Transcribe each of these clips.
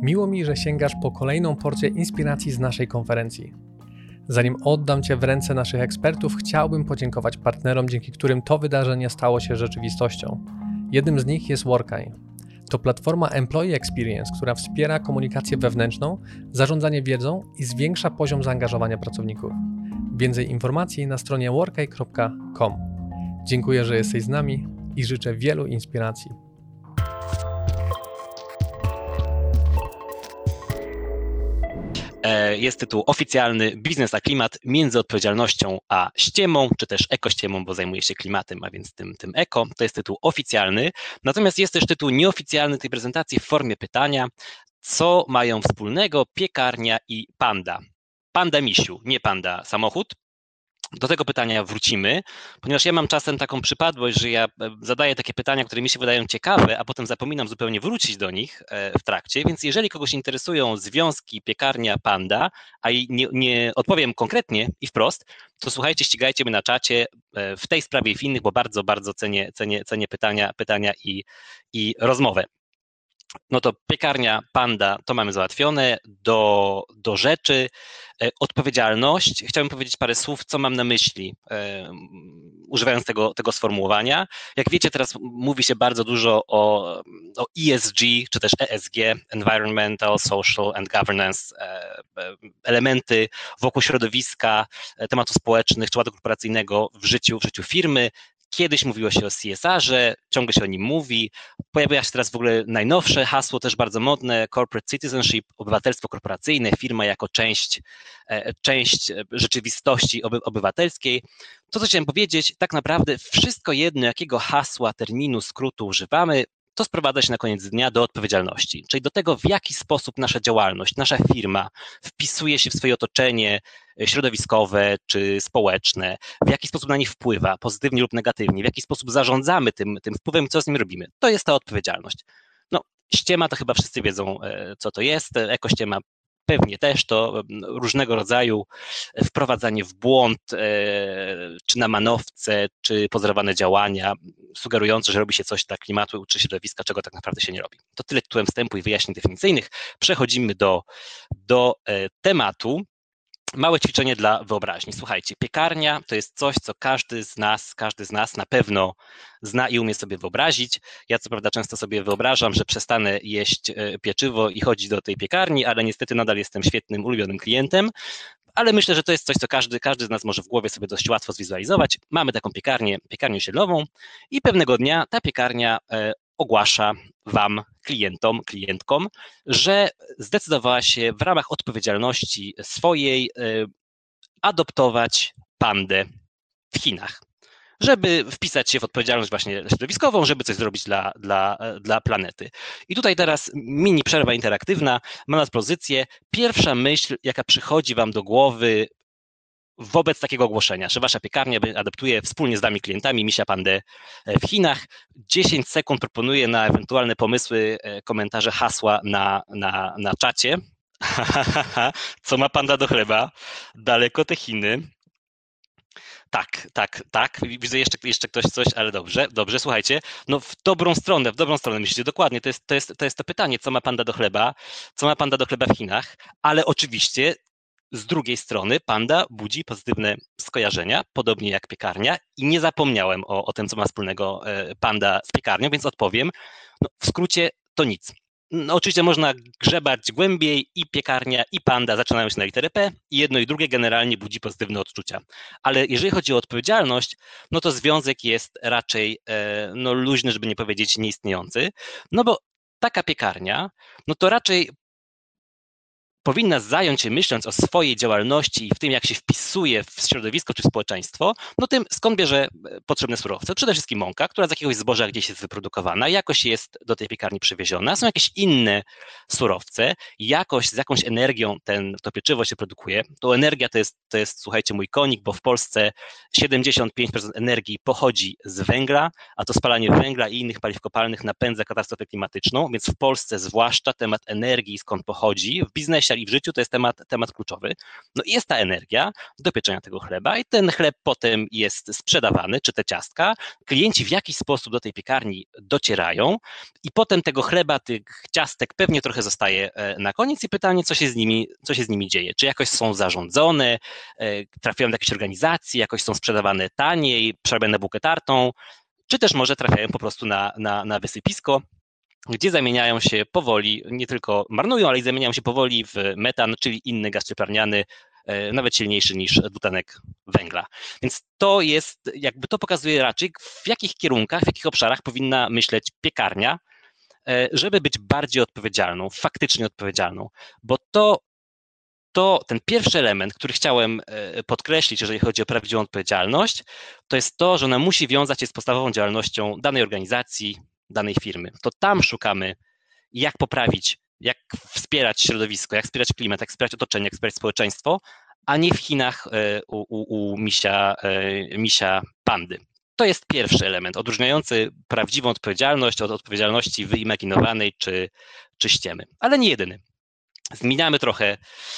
Miło mi, że sięgasz po kolejną porcję inspiracji z naszej konferencji. Zanim oddam Cię w ręce naszych ekspertów, chciałbym podziękować partnerom, dzięki którym to wydarzenie stało się rzeczywistością. Jednym z nich jest Workay. To platforma Employee Experience, która wspiera komunikację wewnętrzną, zarządzanie wiedzą i zwiększa poziom zaangażowania pracowników. Więcej informacji na stronie workay.com. Dziękuję, że jesteś z nami i życzę wielu inspiracji. Jest tytuł oficjalny Biznes a klimat między odpowiedzialnością a ściemą, czy też ekościemą, bo zajmuje się klimatem, a więc tym eko. To jest tytuł oficjalny. Natomiast jest też tytuł nieoficjalny tej prezentacji w formie pytania, co mają wspólnego piekarnia i panda. Panda misiu, nie panda samochód. Do tego pytania wrócimy, ponieważ ja mam czasem taką przypadłość, że ja zadaję takie pytania, które mi się wydają ciekawe, a potem zapominam zupełnie wrócić do nich w trakcie, więc jeżeli kogoś interesują związki piekarnia-panda, a nie odpowiem konkretnie i wprost, to słuchajcie, ścigajcie mnie na czacie w tej sprawie i w innych, bo bardzo, bardzo cenię pytania i rozmowę. No to piekarnia, panda, to mamy załatwione. Do rzeczy. Odpowiedzialność. Chciałbym powiedzieć parę słów, co mam na myśli, używając tego sformułowania. Jak wiecie, teraz mówi się bardzo dużo o ESG, czy też ESG, Environmental, Social and Governance, elementy wokół środowiska, tematów społecznych czy ładu korporacyjnego w życiu firmy. Kiedyś mówiło się o CSR-ze, ciągle się o nim mówi. Pojawia się teraz w ogóle najnowsze hasło, też bardzo modne, corporate citizenship, obywatelstwo korporacyjne, firma jako część rzeczywistości obywatelskiej. To, co chciałem powiedzieć, tak naprawdę wszystko jedno, jakiego hasła, terminu, skrótu używamy, to sprowadza się na koniec dnia do odpowiedzialności, czyli do tego, w jaki sposób nasza działalność, nasza firma wpisuje się w swoje otoczenie środowiskowe czy społeczne, w jaki sposób na nich wpływa, pozytywnie lub negatywnie, w jaki sposób zarządzamy tym wpływem, co z nim robimy. To jest ta odpowiedzialność. No, ściema to chyba wszyscy wiedzą, co to jest, ekościema pewnie też, to różnego rodzaju wprowadzanie w błąd, czy na manowce, czy pozorowane działania, sugerujące, że robi się coś dla klimatu czy środowiska, czego tak naprawdę się nie robi. To tyle tytułem wstępu i wyjaśnień definicyjnych. Przechodzimy do tematu. Małe ćwiczenie dla wyobraźni. Słuchajcie, piekarnia to jest coś, co każdy z nas na pewno zna i umie sobie wyobrazić. Ja co prawda często sobie wyobrażam, że przestanę jeść pieczywo i chodzić do tej piekarni, ale niestety nadal jestem świetnym, ulubionym klientem. Ale myślę, że to jest coś, co każdy z nas może w głowie sobie dość łatwo zwizualizować. Mamy taką piekarnię osiedlową i pewnego dnia ta piekarnia ogłasza wam, klientkom, że zdecydowała się w ramach odpowiedzialności swojej adoptować pandę w Chinach, żeby wpisać się w odpowiedzialność właśnie środowiskową, żeby coś zrobić dla planety. I tutaj teraz mini przerwa interaktywna, mam na pozycję. Pierwsza myśl, jaka przychodzi wam do głowy wobec takiego ogłoszenia, że wasza piekarnia adoptuje wspólnie z wami klientami misia pandę w Chinach. 10 sekund proponuję na ewentualne pomysły, komentarze, hasła na czacie. Co ma panda do chleba? Daleko te Chiny. Tak. Widzę jeszcze ktoś coś, ale dobrze, słuchajcie. No w dobrą stronę myślicie, dokładnie. To jest to pytanie, co ma panda do chleba? Co ma panda do chleba w Chinach? Ale oczywiście z drugiej strony panda budzi pozytywne skojarzenia, podobnie jak piekarnia i nie zapomniałem o tym, co ma wspólnego panda z piekarnią, więc odpowiem, no, w skrócie to nic. No, oczywiście można grzebać głębiej i piekarnia i panda zaczynają się na literę P i jedno i drugie generalnie budzi pozytywne odczucia. Ale jeżeli chodzi o odpowiedzialność, no to związek jest raczej luźny, żeby nie powiedzieć nieistniejący, no bo taka piekarnia, no to raczej powinna zająć się, myśląc o swojej działalności i w tym, jak się wpisuje w środowisko czy w społeczeństwo, no tym, skąd bierze potrzebne surowce. Przede wszystkim mąka, która z jakiegoś zboża gdzieś jest wyprodukowana, jakoś jest do tej piekarni przywieziona, są jakieś inne surowce, jakoś z jakąś energią to pieczywo się produkuje. To energia to jest, słuchajcie, mój konik, bo w Polsce 75% energii pochodzi z węgla, a to spalanie węgla i innych paliw kopalnych napędza katastrofę klimatyczną, więc w Polsce zwłaszcza temat energii, skąd pochodzi, w biznesie social i w życiu to jest temat kluczowy. No i jest ta energia do pieczenia tego chleba i ten chleb potem jest sprzedawany, czy te ciastka. Klienci w jakiś sposób do tej piekarni docierają i potem tego chleba, tych ciastek pewnie trochę zostaje na koniec i pytanie, co się z nimi dzieje. Czy jakoś są zarządzone, trafiają do jakiejś organizacji, jakoś są sprzedawane taniej, przerabiane na bułkę tartą, czy też może trafiają po prostu na wysypisko, gdzie zamieniają się powoli, nie tylko marnują, ale i zamieniają się powoli w metan, czyli inny gaz cieplarniany, nawet silniejszy niż dwutlenek węgla. Więc to jest, jakby to pokazuje raczej, w jakich kierunkach, w jakich obszarach powinna myśleć piekarnia, żeby być bardziej odpowiedzialną, faktycznie odpowiedzialną, bo ten pierwszy element, który chciałem podkreślić, jeżeli chodzi o prawdziwą odpowiedzialność, to jest to, że ona musi wiązać się z podstawową działalnością danej organizacji, danej firmy. To tam szukamy, jak poprawić, jak wspierać środowisko, jak wspierać klimat, jak wspierać otoczenie, jak wspierać społeczeństwo, a nie w Chinach u misia pandy. To jest pierwszy element odróżniający prawdziwą odpowiedzialność od odpowiedzialności wyimaginowanej czy ściemy, ale nie jedyny. Zmieniamy trochę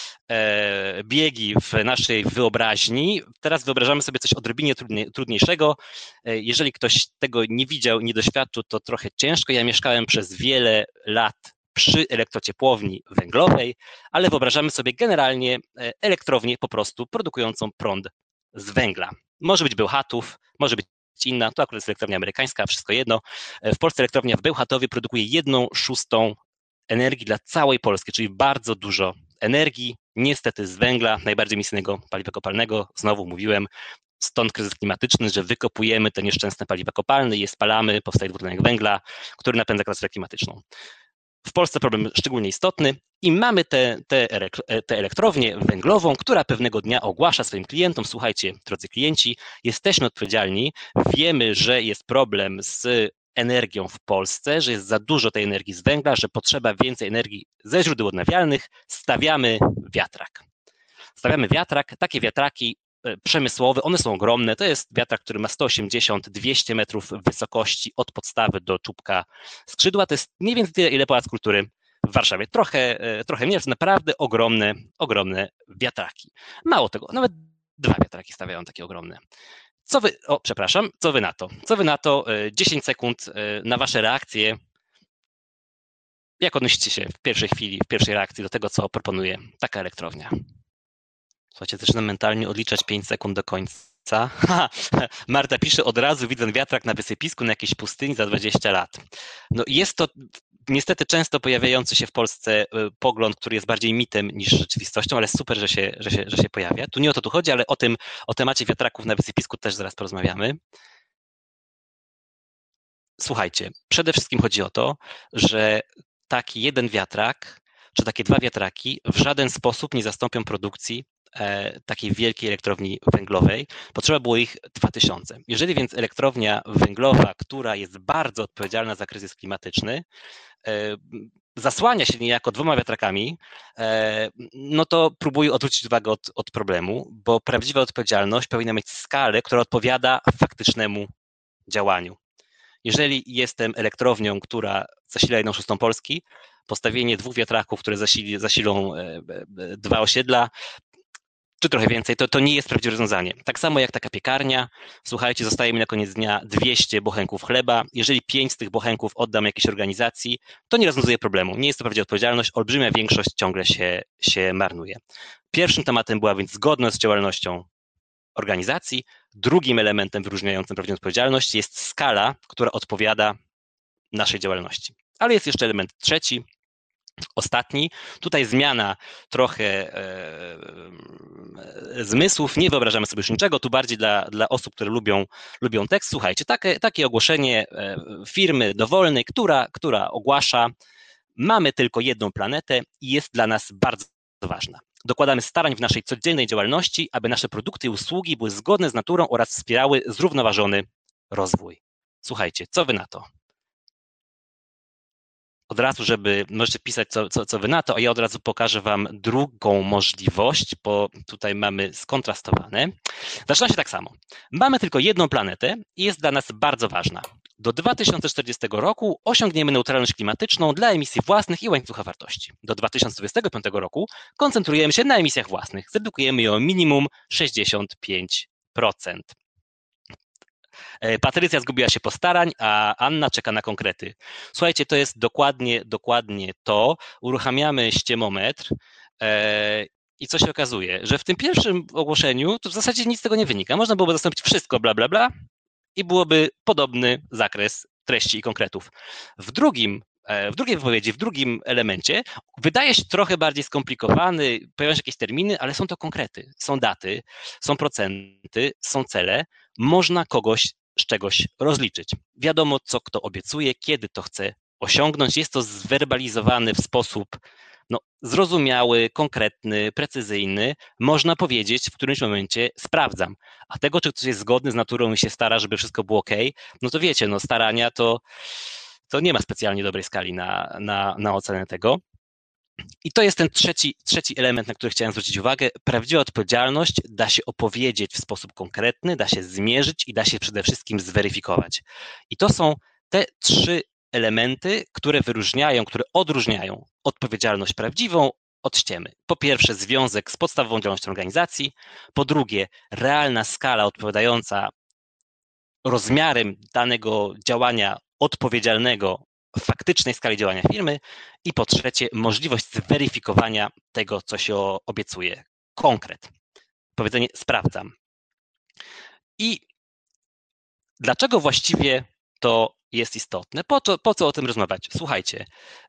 biegi w naszej wyobraźni. Teraz wyobrażamy sobie coś odrobinie trudniejszego. Jeżeli ktoś tego nie widział, nie doświadczył, to trochę ciężko. Ja mieszkałem przez wiele lat przy elektrociepłowni węglowej, ale wyobrażamy sobie generalnie elektrownię po prostu produkującą prąd z węgla. Może być Bełchatów, może być inna, to akurat jest elektrownia amerykańska, wszystko jedno. W Polsce elektrownia w Bełchatowie produkuje 1/6 energii dla całej Polski, czyli bardzo dużo energii, niestety z węgla, najbardziej emisyjnego paliwa kopalnego. Znowu mówiłem, stąd kryzys klimatyczny, że wykopujemy te nieszczęsne paliwa kopalne, je spalamy, powstaje dwutlenek węgla, który napędza katastrofę klimatyczną. W Polsce problem szczególnie istotny i mamy tę elektrownię węglową, która pewnego dnia ogłasza swoim klientom: słuchajcie, drodzy klienci, jesteśmy odpowiedzialni, wiemy, że jest problem z energią w Polsce, że jest za dużo tej energii z węgla, że potrzeba więcej energii ze źródeł odnawialnych, stawiamy wiatrak. Stawiamy wiatrak, takie wiatraki przemysłowe, one są ogromne, to jest wiatrak, który ma 180-200 metrów wysokości od podstawy do czubka skrzydła, to jest mniej więcej tyle, ile Pałac Kultury w Warszawie, trochę mniej, to naprawdę ogromne wiatraki. Mało tego, nawet 2 wiatraki stawiają takie ogromne. Co wy na to? Co wy na to? 10 sekund na wasze reakcje. Jak odnosicie się w pierwszej chwili, w pierwszej reakcji do tego, co proponuje taka elektrownia? Słuchajcie, zaczynam mentalnie odliczać 5 sekund do końca. Marta pisze: od razu widzę wiatrak na wysypisku na jakiejś pustyni za 20 lat. No jest to niestety często pojawiający się w Polsce pogląd, który jest bardziej mitem niż rzeczywistością, ale super, że się pojawia. Tu nie o to tu chodzi, ale o temacie wiatraków na wysypisku też zaraz porozmawiamy. Słuchajcie, przede wszystkim chodzi o to, że taki jeden wiatrak, czy takie 2 wiatraki w żaden sposób nie zastąpią produkcji takiej wielkiej elektrowni węglowej. Potrzeba było ich 2000. Jeżeli więc elektrownia węglowa, która jest bardzo odpowiedzialna za kryzys klimatyczny, zasłania się niejako 2 wiatrakami, no to próbuje odwrócić uwagę od problemu, bo prawdziwa odpowiedzialność powinna mieć skalę, która odpowiada faktycznemu działaniu. Jeżeli jestem elektrownią, która zasila 1/6 Polski, postawienie 2 wiatraków, które zasilą 2 osiedla, czy trochę więcej, to nie jest prawdziwe rozwiązanie. Tak samo jak taka piekarnia. Słuchajcie, zostaje mi na koniec dnia 200 bochenków chleba. Jeżeli 5 z tych bochenków oddam jakiejś organizacji, to nie rozwiązuje problemu. Nie jest to prawdziwa odpowiedzialność, olbrzymia większość ciągle się marnuje. Pierwszym tematem była więc zgodność z działalnością organizacji. Drugim elementem wyróżniającym prawdziwą odpowiedzialność jest skala, która odpowiada naszej działalności. Ale jest jeszcze element trzeci, ostatni. Tutaj zmiana trochę zmysłów, nie wyobrażamy sobie już niczego, tu bardziej dla osób, które lubią tekst. Słuchajcie, takie ogłoszenie firmy dowolnej, która ogłasza: mamy tylko jedną planetę i jest dla nas bardzo ważna. Dokładamy starań w naszej codziennej działalności, aby nasze produkty i usługi były zgodne z naturą oraz wspierały zrównoważony rozwój. Słuchajcie, co wy na to? Od razu, możecie pisać, co wy na to, a ja od razu pokażę wam drugą możliwość, bo tutaj mamy skontrastowane. Zaczyna się tak samo. Mamy tylko jedną planetę i jest dla nas bardzo ważna. Do 2040 roku osiągniemy neutralność klimatyczną dla emisji własnych i łańcucha wartości. Do 2025 roku koncentrujemy się na emisjach własnych. Zredukujemy je o minimum 65%. Patrycja zgubiła się postarań, a Anna czeka na konkrety. Słuchajcie, to jest dokładnie to. Uruchamiamy ściemometr i co się okazuje, że w tym pierwszim ogłoszeniu to w zasadzie nic z tego nie wynika. Można byłoby zastąpić wszystko bla bla bla i byłoby podobny zakres treści i konkretów. W drugiej wypowiedzi, w drugim elemencie wydaje się trochę bardziej skomplikowany, pojawiają się jakieś terminy, ale są to konkrety, są daty, są procenty, są cele, można kogoś z czegoś rozliczyć. Wiadomo, co kto obiecuje, kiedy to chce osiągnąć, jest to zwerbalizowane w sposób zrozumiały, konkretny, precyzyjny, można powiedzieć w którymś momencie sprawdzam. A tego, czy ktoś jest zgodny z naturą i się stara, żeby wszystko było ok, no to wiecie, starania to nie ma specjalnie dobrej skali na ocenę tego. I to jest ten trzeci element, na który chciałem zwrócić uwagę. Prawdziwa odpowiedzialność da się opowiedzieć w sposób konkretny, da się zmierzyć i da się przede wszystkim zweryfikować. I to są te 3 elementy, które odróżniają odpowiedzialność prawdziwą od ściemy. Po pierwsze, związek z podstawową działalnością organizacji. Po drugie, realna skala odpowiadająca rozmiarem danego działania odpowiedzialnego w faktycznej skali działania firmy. I po trzecie, możliwość zweryfikowania tego, co się obiecuje. Konkret. Powiedzenie sprawdzam. I dlaczego właściwie to jest istotne? Po co o tym rozmawiać? Słuchajcie,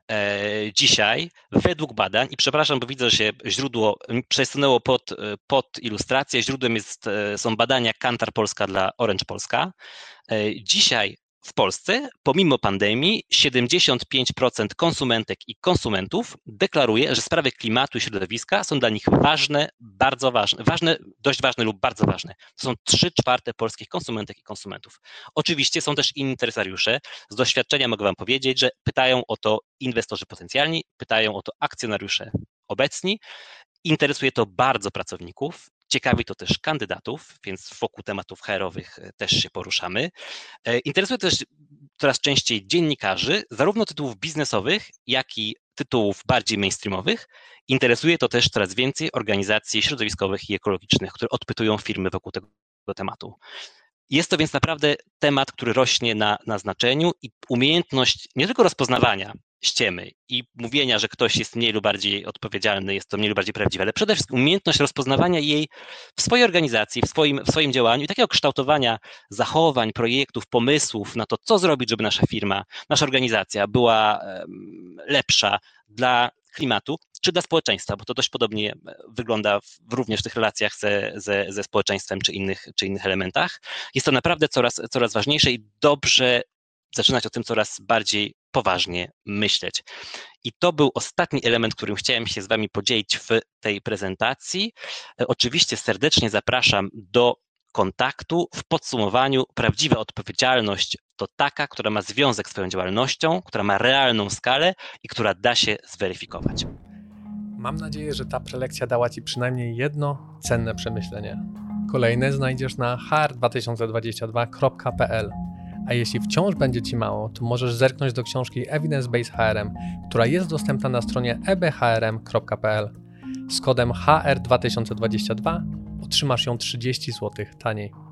dzisiaj według badań, i przepraszam, bo widzę, że się źródło przesunęło pod ilustrację, źródłem są badania Kantar Polska dla Orange Polska. Dzisiaj w Polsce, pomimo pandemii, 75% konsumentek i konsumentów deklaruje, że sprawy klimatu i środowiska są dla nich ważne, bardzo ważne, dość ważne lub bardzo ważne. To są 3/4 polskich konsumentek i konsumentów. Oczywiście są też inni interesariusze. Z doświadczenia mogę wam powiedzieć, że pytają o to inwestorzy potencjalni, pytają o to akcjonariusze obecni. Interesuje to bardzo pracowników. Ciekawi to też kandydatów, więc wokół tematów HR-owych też się poruszamy. Interesuje też coraz częściej dziennikarzy, zarówno tytułów biznesowych, jak i tytułów bardziej mainstreamowych. Interesuje to też coraz więcej organizacji środowiskowych i ekologicznych, które odpytują firmy wokół tego tematu. Jest to więc naprawdę temat, który rośnie na znaczeniu i umiejętność nie tylko rozpoznawania ściemy i mówienia, że ktoś jest mniej lub bardziej odpowiedzialny, jest to mniej lub bardziej prawdziwe, ale przede wszystkim umiejętność rozpoznawania jej w swojej organizacji, w swoim działaniu i takiego kształtowania zachowań, projektów, pomysłów na to, co zrobić, żeby nasza firma, nasza organizacja była lepsza dla klimatu czy dla społeczeństwa, bo to dość podobnie wygląda również w tych relacjach ze społeczeństwem czy innych elementach. Jest to naprawdę coraz ważniejsze i dobrze zaczynać o tym coraz bardziej poważnie myśleć. I to był ostatni element, którym chciałem się z wami podzielić w tej prezentacji. Oczywiście serdecznie zapraszam do kontaktu. W podsumowaniu prawdziwa odpowiedzialność to taka, która ma związek z swoją działalnością, która ma realną skalę i która da się zweryfikować. Mam nadzieję, że ta prelekcja dała ci przynajmniej jedno cenne przemyślenie. Kolejne znajdziesz na hr2022.pl. A jeśli wciąż będzie ci mało, to możesz zerknąć do książki Evidence Based HRM, która jest dostępna na stronie ebhrm.pl. Z kodem HR2022 otrzymasz ją 30 zł taniej.